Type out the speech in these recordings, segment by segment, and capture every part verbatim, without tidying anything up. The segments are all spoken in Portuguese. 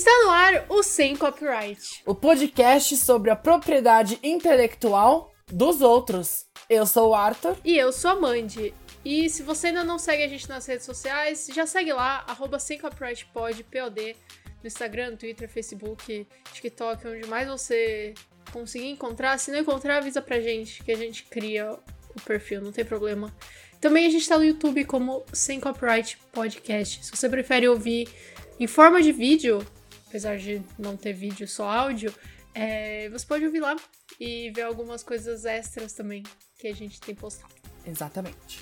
Está no ar o Sem Copyright, o podcast sobre a propriedade intelectual dos outros. Eu sou o Arthur. E eu sou a Mandy. E se você ainda não segue a gente nas redes sociais, já segue lá, arroba Sem Copyright Pod, P O D, no Instagram, Twitter, Facebook, TikTok, onde mais você conseguir encontrar. Se não encontrar, avisa pra gente que a gente cria o perfil, não tem problema. Também a gente tá no YouTube como Sem Copyright Podcast. Se você prefere ouvir em forma de vídeo, apesar de não ter vídeo, só áudio, é, você pode ouvir lá e ver algumas coisas extras também que a gente tem postado. Exatamente.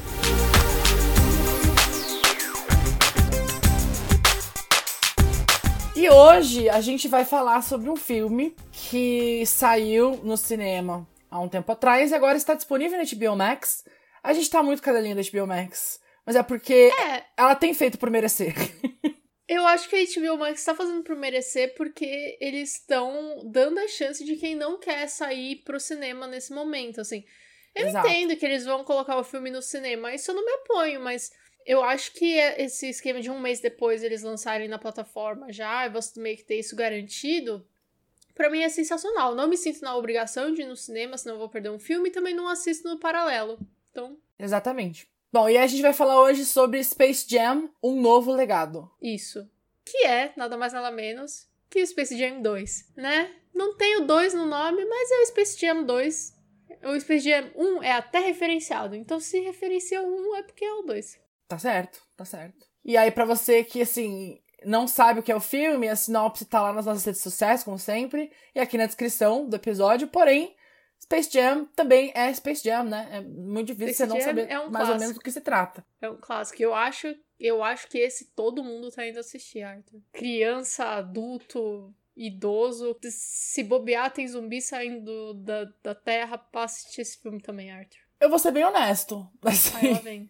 E hoje a gente vai falar sobre um filme que saiu no cinema há um tempo atrás e agora está disponível na H B O Max. A gente tá muito cadelinha da H B O Max, mas é porque é. ela tem feito por merecer. Eu acho que a H B O Max tá fazendo por merecer porque eles estão dando a chance de quem não quer sair pro cinema nesse momento, assim. Eu Exato. entendo que eles vão colocar o filme no cinema, isso eu não me apoio, mas eu acho que esse esquema de um mês depois eles lançarem na plataforma já, e você meio que ter isso garantido, pra mim é sensacional. Não me sinto na obrigação de ir no cinema, senão eu vou perder um filme, e também não assisto no paralelo. Então... Exatamente. Bom, e a gente vai falar hoje sobre Space Jam, Um Novo Legado. Isso. Que é, nada mais nada menos, que o Space Jam dois, né? Não tem o dois no nome, mas é o Space Jam dois. O Space Jam um é até referenciado, então se referencia o um é porque é o dois. Tá certo, tá certo. E aí, pra você que, assim, não sabe o que é o filme, a sinopse tá lá nas nossas redes sociais, como sempre, e aqui na descrição do episódio, porém... Space Jam também é Space Jam, né? É muito difícil Space você não Jam saber é um mais clássico. ou menos do que se trata. É um clássico. Eu acho, eu acho que esse todo mundo tá indo assistir, Arthur. Criança, adulto, idoso. Se bobear, tem zumbi saindo da, da terra pra assistir esse filme também, Arthur. Eu vou ser bem honesto. Assim, Aí lá vem.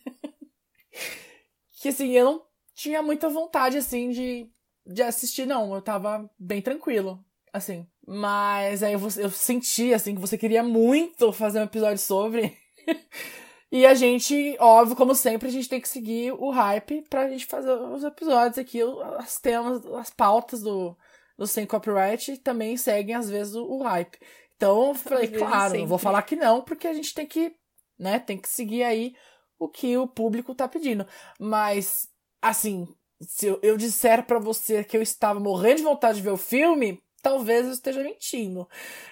que assim, eu não tinha muita vontade, assim, de, de assistir, não. Eu tava bem tranquilo, assim. Mas aí eu, eu senti, assim, que você queria muito fazer um episódio sobre. E a gente, óbvio, como sempre, a gente tem que seguir o hype pra gente fazer os episódios aqui, os temas, as pautas do, do Sem Copyright também seguem, às vezes, o, o hype. Então, eu falei, claro, não vou falar que não, porque a gente tem que, né, tem que seguir aí o que o público tá pedindo. Mas, assim, se eu, eu disser pra você que eu estava morrendo de vontade de ver o filme... Talvez eu esteja mentindo.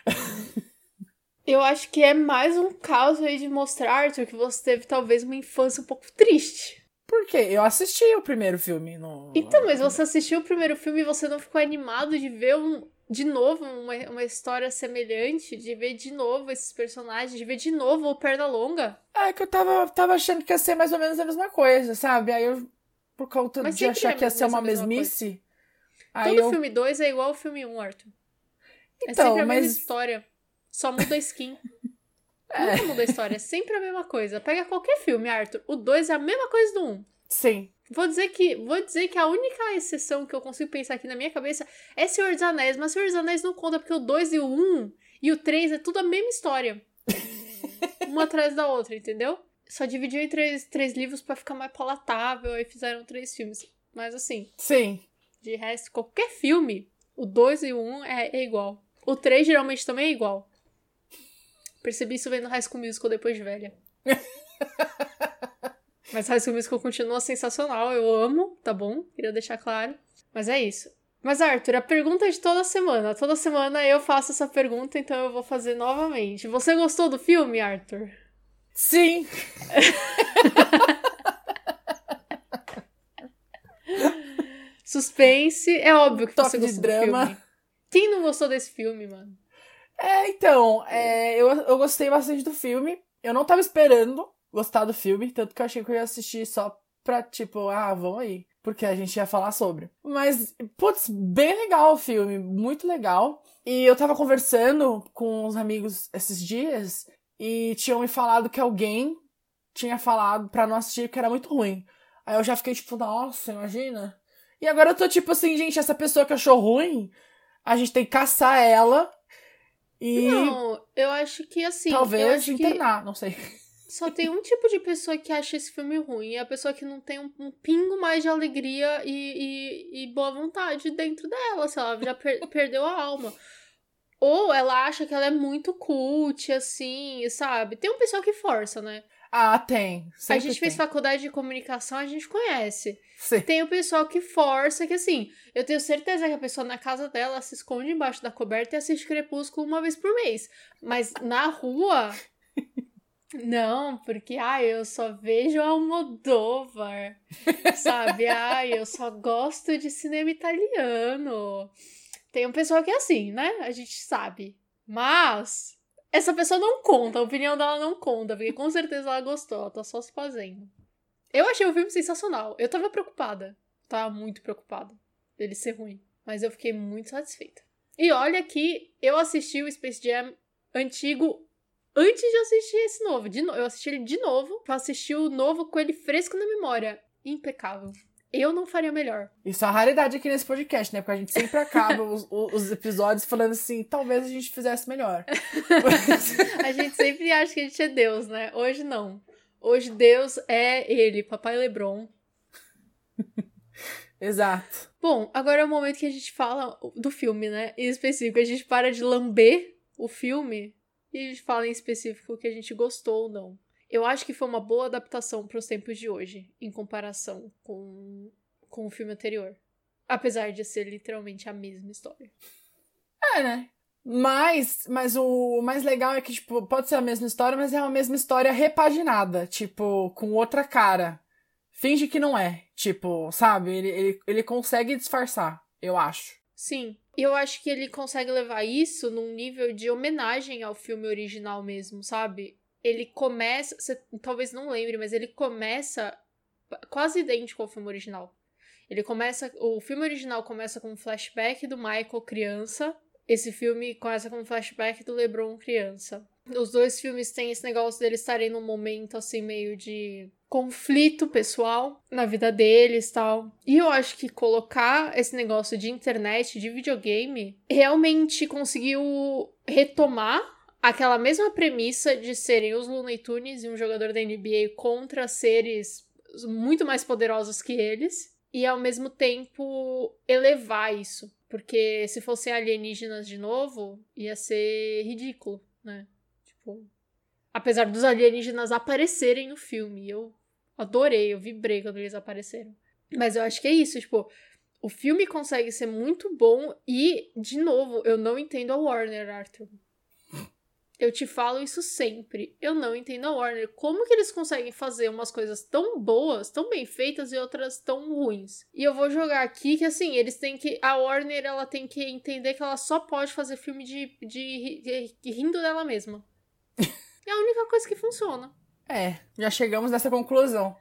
Eu acho que é mais um caso aí de mostrar, Arthur, que você teve talvez uma infância um pouco triste. Por quê? Eu assisti o primeiro filme. No... Então, mas você assistiu o primeiro filme e você não ficou animado de ver um, de novo uma, uma história semelhante, de ver de novo esses personagens, de ver de novo o Pernalonga? É que eu tava, tava achando que ia ser mais ou menos a mesma coisa, sabe? Aí eu, por conta mas de achar é que ia ser uma mesmice... mesmice... Aí Todo eu... filme dois é igual ao filme um, Arthur. Então, é sempre a mas... mesma história. Só muda a skin. É. Nunca muda a história, é sempre a mesma coisa. Pega qualquer filme, Arthur. O dois é a mesma coisa do um. Sim. Vou dizer que, vou dizer que a única exceção que eu consigo pensar aqui na minha cabeça é Senhor dos Anéis. Mas Senhor dos Anéis não conta, porque o dois e o um e o três é tudo a mesma história. Uma atrás da outra, entendeu? Só dividiu em três, três livros pra ficar mais palatável. Aí fizeram três filmes. Mas assim... Sim. De resto, qualquer filme, o dois e o um é, é igual. O três geralmente também é igual. Percebi isso vendo High School Musical depois de velha. Mas High School Musical continua sensacional, eu amo, tá bom? Queria deixar claro. Mas é isso. Mas, Arthur, a pergunta é de toda semana. Toda semana eu faço essa pergunta, então eu vou fazer novamente. Você gostou do filme, Arthur? Sim! Suspense, é óbvio que Toque você de gostou drama. do filme. Quem não gostou desse filme, mano? É, então, é, eu, eu gostei bastante do filme. Eu não tava esperando gostar do filme, tanto que eu achei que eu ia assistir só pra, tipo, ah, vamos aí. Porque a gente ia falar sobre. Mas, putz, bem legal o filme, muito legal. E eu tava conversando com uns amigos esses dias e tinham me falado que alguém tinha falado pra não assistir porque era muito ruim. Aí eu já fiquei tipo, nossa, imagina... E agora eu tô tipo assim, gente, essa pessoa que achou ruim, a gente tem que caçar ela e... Não, eu acho que assim... Talvez eu acho internar, que não sei. Só tem um tipo de pessoa que acha esse filme ruim. É a pessoa que não tem um, um pingo mais de alegria e, e, e boa vontade dentro dela. Se ela já per- perdeu a alma. Ou ela acha que ela é muito cult, assim, sabe? Tem um pessoal que força, né? Ah, tem. Sempre a gente tem. fez faculdade de comunicação, a gente conhece. Sim. Tem o pessoal que força, que assim, eu tenho certeza que a pessoa na casa dela se esconde embaixo da coberta e assiste Crepúsculo uma vez por mês. Mas na rua, não, porque, ai, eu só vejo Almodóvar, sabe? Ai, eu só gosto de cinema italiano. Tem um pessoal que é assim, né? A gente sabe. Mas essa pessoa não conta, a opinião dela não conta, porque com certeza ela gostou, ela tá só se fazendo. Eu achei o filme sensacional. Eu tava preocupada. Tava muito preocupada dele ser ruim. Mas eu fiquei muito satisfeita. E olha que eu assisti o Space Jam antigo antes de assistir esse novo. De no... Eu assisti ele de novo. Eu assisti o novo com ele fresco na memória. Impecável. Eu não faria melhor. Isso é uma raridade aqui nesse podcast, né? Porque a gente sempre acaba os, os episódios falando assim, talvez a gente fizesse melhor. A gente sempre acha que a gente é Deus, né? Hoje não. Hoje Deus é ele, Papai LeBron. Exato. Bom, agora é o momento que a gente fala do filme, né? Em específico, a gente para de lamber o filme e a gente fala em específico o que a gente gostou ou não. Eu acho que foi uma boa adaptação para os tempos de hoje, em comparação com, com o filme anterior. Apesar de ser literalmente a mesma história. É, né? Mas, mas o mais legal é que, tipo, pode ser a mesma história, mas é a mesma história repaginada, tipo, com outra cara. Finge que não é, tipo, sabe? Ele, ele, ele consegue disfarçar, eu acho. Sim, eu acho que ele consegue levar isso num nível de homenagem ao filme original mesmo, sabe? Ele começa, você talvez não lembre, mas ele começa quase idêntico ao filme original. Ele começa, o filme original começa com um flashback do Michael criança. Esse filme começa com um flashback do LeBron criança. Os dois filmes têm esse negócio deles estarem num momento, assim, meio de conflito pessoal na vida deles e tal. E eu acho que colocar esse negócio de internet, de videogame, realmente conseguiu retomar aquela mesma premissa de serem os Looney Tunes e um jogador da N B A contra seres muito mais poderosos que eles. E, ao mesmo tempo, elevar isso. Porque se fossem alienígenas de novo, ia ser ridículo, né? Tipo, apesar dos alienígenas aparecerem no filme. Eu adorei, eu vibrei quando eles apareceram. Mas eu acho que é isso, tipo, o filme consegue ser muito bom e, de novo, eu não entendo a Warner, Arthur. Eu te falo isso sempre. Eu não entendo a Warner. Como que eles conseguem fazer umas coisas tão boas, tão bem feitas e outras tão ruins? E eu vou jogar aqui que, assim, eles têm que... A Warner, ela tem que entender que ela só pode fazer filme de, de, de, de rindo dela mesma. É a única coisa que funciona. É, já chegamos nessa conclusão.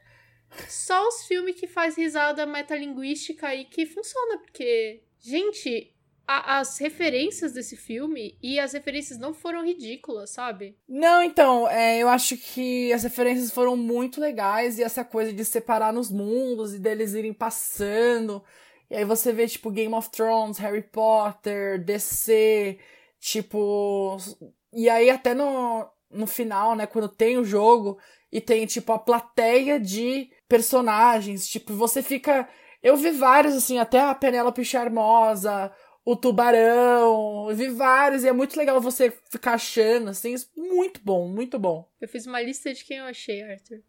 Só os filmes que faz risada metalinguística aí que funciona, porque... Gente... as referências desse filme e as referências não foram ridículas, sabe? Não, então, é, eu acho que as referências foram muito legais e essa coisa de separar nos mundos e deles irem passando. E aí você vê, tipo, Game of Thrones, Harry Potter, D C, tipo... E aí até no, no final, né, quando tem o jogo e tem, tipo, a plateia de personagens, tipo, você fica... Eu vi vários, assim, até a Penélope Charmosa... O Tubarão, eu vi vários, e é muito legal você ficar achando, assim, muito bom, muito bom. Eu fiz uma lista de quem eu achei, Arthur.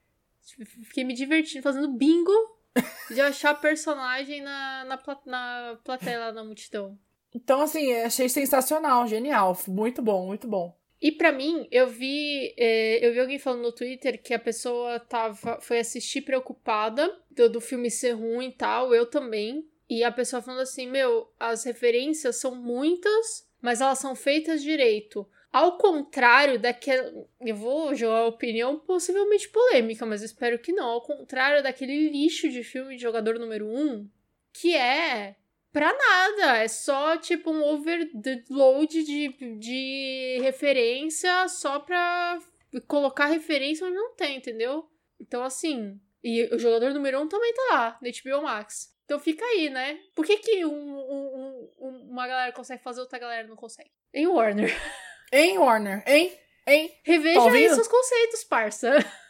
Fiquei me divertindo, fazendo bingo de achar personagem na, na, na plateia lá na multidão. Então, assim, achei sensacional, genial, muito bom, muito bom. E pra mim, eu vi é, eu vi alguém falando no Twitter que a pessoa tava, foi assistir preocupada do, do filme ser ruim e tal, eu também. E a pessoa falando assim, meu, as referências são muitas, mas elas são feitas direito. Ao contrário daquela... Eu vou jogar uma opinião possivelmente polêmica, mas eu espero que não. Ao contrário daquele lixo de filme de jogador número um, que é pra nada. É só, tipo, um overload de, de referência só pra colocar referência onde não tem, entendeu? Então, assim... E o jogador número um também tá lá, no H B O Max. Então fica aí, né? Por que que um, um, um, uma galera consegue fazer, outra galera não consegue? Em Warner. Em Warner, hein? Hein? Reveja Tá aí ouvindo? seus conceitos, parça.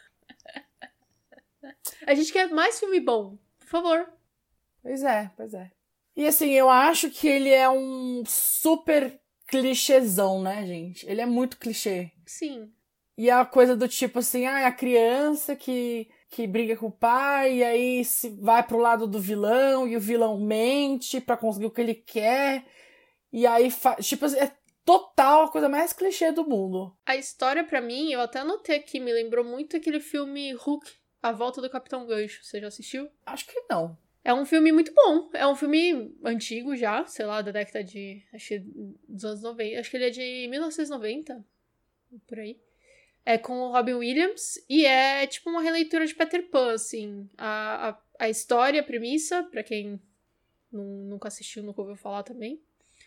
A gente quer mais filme bom. Por favor. Pois é, pois é. E assim, eu acho que ele é um super clichêzão, né, gente? Ele é muito clichê. Sim. E é a coisa do tipo assim, ah, é a criança que, que briga com o pai, e aí se vai pro lado do vilão, e o vilão mente pra conseguir o que ele quer. E aí, fa... tipo assim, é total a coisa mais clichê do mundo. A história, pra mim, eu até anotei aqui, me lembrou muito aquele filme Hook, A Volta do Capitão Gancho. Você já assistiu? Acho que não. É um filme muito bom. É um filme antigo já, sei lá, da década de... Acho que dos anos noventa. Acho que ele é de mil novecentos e noventa, por aí. É com o Robin Williams e é tipo uma releitura de Peter Pan, assim. A, a, a história, a premissa, pra quem não, nunca assistiu, nunca ouviu falar também.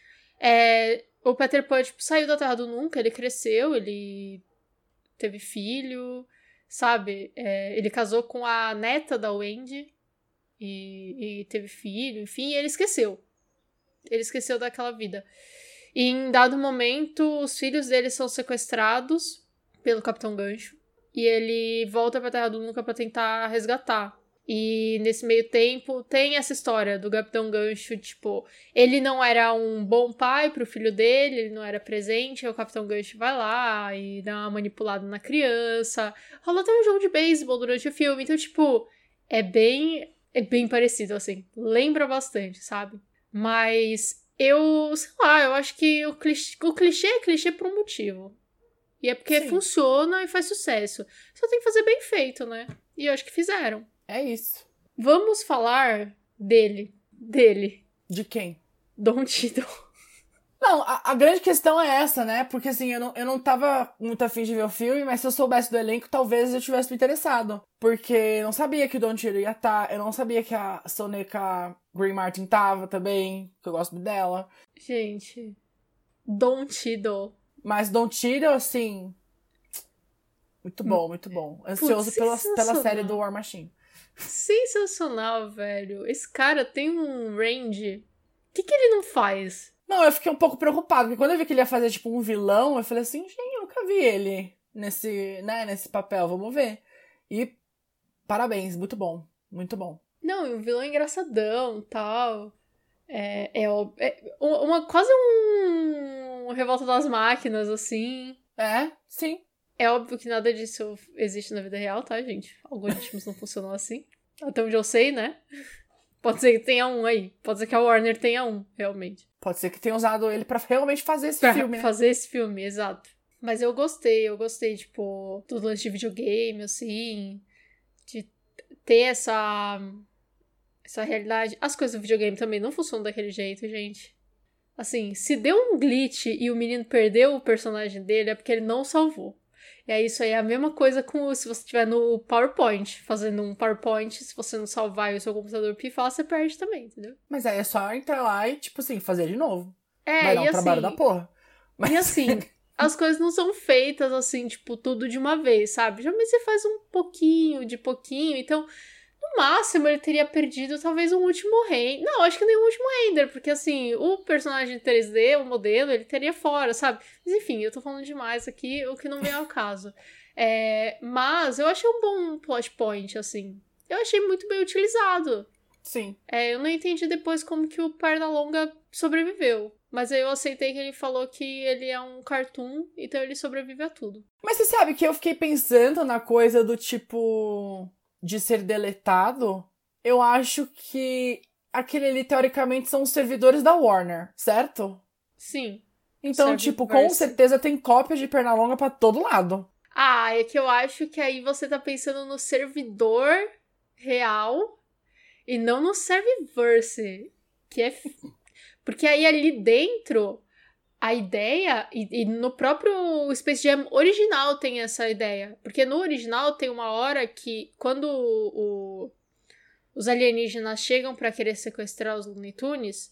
É, o Peter Pan, tipo, saiu da Terra do Nunca, ele cresceu, ele teve filho, sabe? É, ele casou com a neta da Wendy e, e teve filho, enfim, e ele esqueceu. Ele esqueceu daquela vida. E em dado momento, os filhos dele são sequestrados pelo Capitão Gancho. E ele volta pra Terra do Nunca pra tentar resgatar. E nesse meio tempo tem essa história do Capitão Gancho, tipo, ele não era um bom pai pro filho dele, ele não era presente, aí o Capitão Gancho vai lá e dá uma manipulada na criança. Rola até um jogo de beisebol durante o filme, então, tipo, é bem, é bem parecido, assim. Lembra bastante, sabe? Mas eu, sei lá, eu acho que o clichê, o clichê é clichê por um motivo. E é porque Sim. funciona e faz sucesso. Só tem que fazer bem feito, né? E eu acho que fizeram. É isso. Vamos falar dele. Dele. De quem? Don Cheadle. Não, a, a grande questão é essa, né? Porque assim, eu não, eu não tava muito afim de ver o filme, mas se eu soubesse do elenco, talvez eu tivesse me interessado. Porque eu não sabia que o Don Cheadle ia estar, eu não sabia que a Soneca Green Martin tava também, que eu gosto dela. Gente, Don Cheadle. Mas Don Cheadle, assim... Muito bom, muito bom. Ansioso pela, pela série do War Machine. Sensacional, velho. Esse cara tem um range. O que, que ele não faz? Não, eu fiquei um pouco preocupado, porque quando eu vi que ele ia fazer, tipo, um vilão, eu falei assim, gente, eu nunca vi ele nesse, né, nesse papel, vamos ver. E parabéns, muito bom, muito bom. Não, e o vilão é engraçadão, tal. É, é, é uma, quase um Revolta das Máquinas, assim. É, sim. É óbvio que nada disso existe na vida real, tá, gente? Algoritmos não funcionam assim. Até onde eu sei, né? Pode ser que tenha um aí. Pode ser que a Warner tenha um, realmente. Pode ser que tenha usado ele pra realmente fazer esse pra filme, né? fazer esse filme, exato. Mas eu gostei, eu gostei, tipo, do lance de videogame, assim. De ter essa... essa realidade. As coisas do videogame também não funcionam daquele jeito, gente. Assim, se deu um glitch e o menino perdeu o personagem dele, é porque ele não salvou. E aí isso aí é a mesma coisa com se você estiver no PowerPoint, fazendo um PowerPoint, se você não salvar e o seu computador pifar, você perde também, entendeu? Mas aí é só entrar lá e, tipo assim, fazer de novo. É, Vai dar e um trabalho assim, da porra. Mas... E assim, as coisas não são feitas assim, tipo, tudo de uma vez, sabe? Geralmente você faz um pouquinho, de pouquinho, então... No máximo, ele teria perdido talvez um último render. Não, acho que nem o último render, porque assim, o personagem três D, o modelo, ele teria fora, sabe? Mas enfim, eu tô falando demais aqui, o que não vem ao caso. É, mas eu achei um bom plot point, assim. Eu achei muito bem utilizado. Sim. É, eu não entendi depois como que o Pernalonga sobreviveu. Mas aí eu aceitei que ele falou que ele é um cartoon, então ele sobrevive a tudo. Mas você sabe que eu fiquei pensando na coisa do tipo... de ser deletado, eu acho que aquele ali, teoricamente, são os servidores da Warner, certo? Sim. Então, tipo, com certeza tem cópias de Pernalonga pra todo lado. Ah, é que eu acho que aí você tá pensando no servidor real e não no Serviverse, que é... Porque aí ali dentro... A ideia, e, e no próprio Space Jam original tem essa ideia. Porque no original tem uma hora que, quando o, o, os alienígenas chegam pra querer sequestrar os Looney Tunes,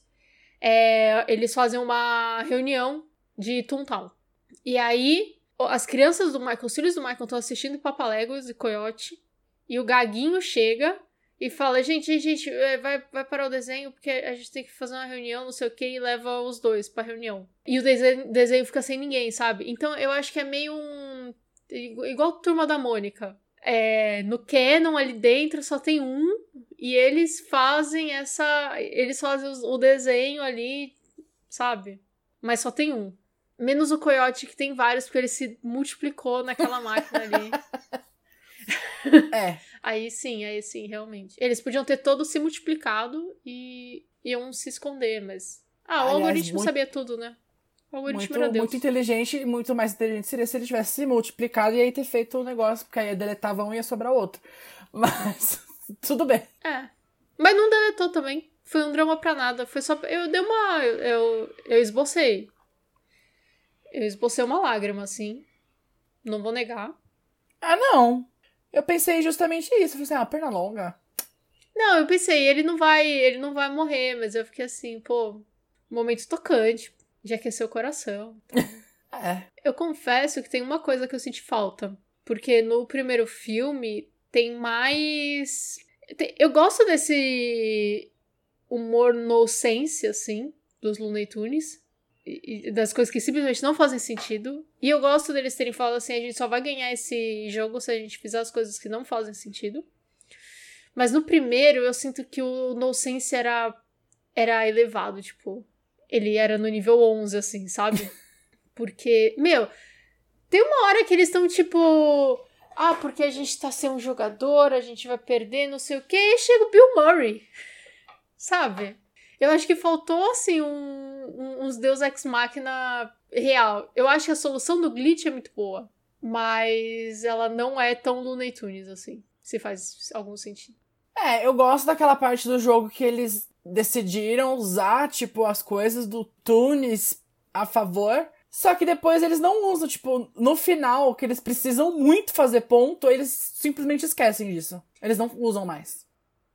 é, eles fazem uma reunião de Toontown. E aí, as crianças do Michael, os filhos do Michael estão assistindo Papaléguas e Coyote, e o Gaguinho chega... E fala, gente, gente, vai, vai parar o desenho porque a gente tem que fazer uma reunião, não sei o que, e leva os dois pra reunião. E o desenho, desenho fica sem ninguém, sabe? Então eu acho que é meio um igual Turma da Mônica. É, no canon ali dentro só tem um, e eles fazem essa... Eles fazem o desenho ali, sabe? Mas só tem um. Menos o Coyote, que tem vários, porque ele se multiplicou naquela máquina ali. É. Aí sim, aí sim, realmente. Eles podiam ter todos se multiplicado e iam se esconder, mas... Ah, o Aliás, algoritmo muito, sabia tudo, né? O algoritmo muito, era Deus. muito inteligente, muito mais inteligente seria se ele tivesse se multiplicado e aí ter feito o negócio, porque aí deletava um e ia sobrar outro. Mas, tudo bem. É. Mas não deletou também. Foi um drama pra nada. Foi só... Eu dei uma... Eu, eu, eu esbocei. Eu esbocei uma lágrima, assim. Não vou negar. Ah, não. Eu pensei justamente isso. Eu falei assim, ah, perna longa. Não, eu pensei, ele não vai, ele não vai morrer, mas eu fiquei assim, pô, momento tocante, já aqueceu o coração. Então. É. Eu confesso que tem uma coisa que eu senti falta, porque no primeiro filme tem mais... Tem... Eu gosto desse humor nonsense, assim, dos Looney Tunes, e das coisas que simplesmente não fazem sentido. E eu gosto deles terem falado assim, a gente só vai ganhar esse jogo se a gente fizer as coisas que não fazem sentido. Mas no primeiro, eu sinto que o nonsense era, era elevado, tipo... Ele era no nível onze, assim, sabe? Porque, meu... Tem uma hora que eles estão, tipo... Ah, porque a gente tá sem um jogador, a gente vai perder, não sei o quê. E aí chega o Bill Murray. Sabe? Eu acho que faltou, assim, um, um, uns Deus Ex Machina real. Eu acho que a solução do glitch é muito boa. Mas ela não é tão Looney Tunes, assim. Se faz algum sentido. É, eu gosto daquela parte do jogo que eles decidiram usar, tipo, as coisas do Tunes a favor. Só que depois eles não usam, tipo, no final, que eles precisam muito fazer ponto, eles simplesmente esquecem disso. Eles não usam mais.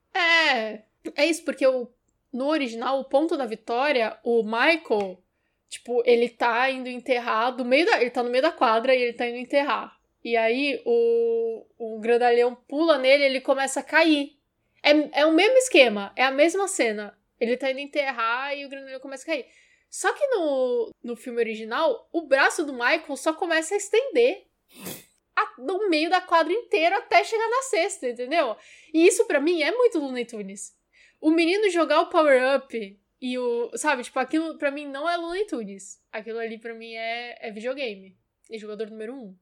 É, é isso, porque o, no original, o ponto da vitória, o Michael, tipo, ele tá indo enterrar do meio da... Ele tá no meio da quadra e ele tá indo enterrar. E aí, o, o grandalhão pula nele e ele começa a cair. É, é o mesmo esquema, é a mesma cena. Ele tá indo enterrar e o grandalhão começa a cair. Só que no, no filme original, o braço do Michael só começa a estender a, no meio da quadra inteira até chegar na cesta, entendeu? E isso pra mim é muito Looney Tunes. O menino jogar o power-up e o... Sabe, tipo, aquilo pra mim não é Looney Tunes. Aquilo ali pra mim é, é videogame. E jogador número um.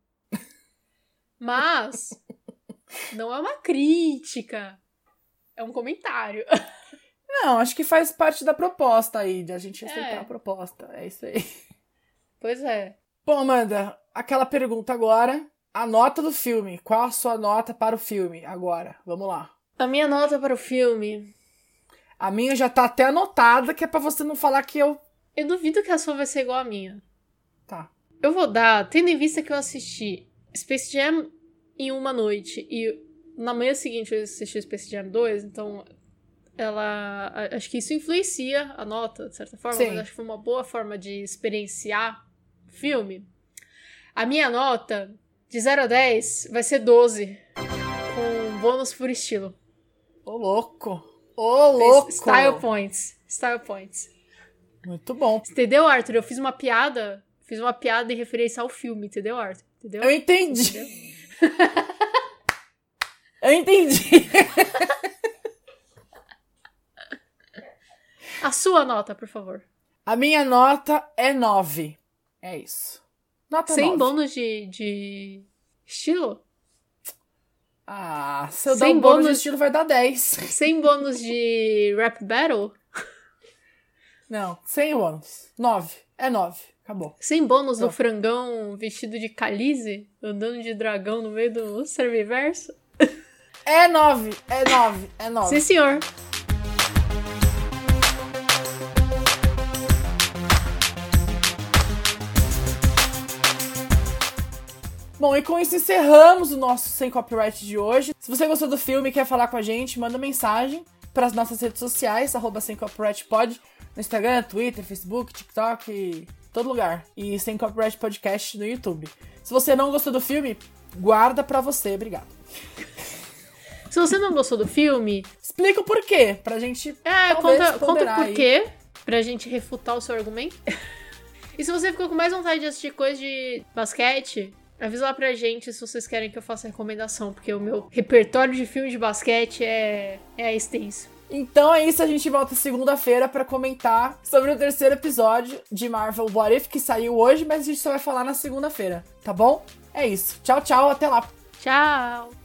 Mas não é uma crítica. É um comentário. Não, acho que faz parte da proposta aí, de a gente aceitar É. a proposta. É isso aí. Pois é. Bom, Amanda, aquela pergunta agora. A nota do filme. Qual a sua nota para o filme agora? Vamos lá. A minha nota para o filme... A minha já tá até anotada, que é pra você não falar que eu... Eu duvido que a sua vai ser igual a minha. Tá. Eu vou dar, tendo em vista que eu assisti Space Jam em uma noite e na manhã seguinte eu assisti Space Jam dois, então ela... Acho que isso influencia a nota, de certa forma, Sim. mas acho que foi uma boa forma de experienciar o filme. A minha nota, de zero a dez, vai ser doze, com bônus por estilo. Ô, louco. Ô, louco. Style points. Style points. Muito bom. Entendeu, Arthur? Eu fiz uma piada, fiz uma piada em referência ao filme, entendeu, Arthur? Entendeu? Eu entendi. Entendeu? Eu entendi. A sua nota, por favor. A minha nota é nove. É isso. Nota Sem nove. bônus de, de estilo? Ah, se eu Sem dar um bônus de bônus- estilo vai dar dez. Sem bônus de rap battle? Não, sem bônus. nove. É nove. Acabou. Sem bônus do Não. frangão vestido de Khaleesi, andando de dragão no meio do Serviverso? É nove. É nove. É nove. Sim, senhor. Bom, e com isso encerramos o nosso Sem Copyright de hoje. Se você gostou do filme e quer falar com a gente, manda mensagem para as nossas redes sociais, arroba Sem Copyright Pod, no Instagram, Twitter, Facebook, TikTok, todo lugar. E Sem Copyright Podcast no YouTube. Se você não gostou do filme, guarda pra você. Obrigado. Se você não gostou do filme, Explica o porquê, pra gente é, talvez conta, conta o ponderar aí. porquê, pra gente refutar o seu argumento. E se você ficou com mais vontade de assistir coisa de basquete, Avisa lá pra gente se vocês querem que eu faça recomendação, porque o meu repertório de filme de basquete é, é extenso. Então é isso, a gente volta segunda-feira pra comentar sobre o terceiro episódio de Marvel What If, que saiu hoje, mas a gente só vai falar na segunda-feira, tá bom? É isso. Tchau, tchau, até lá. Tchau!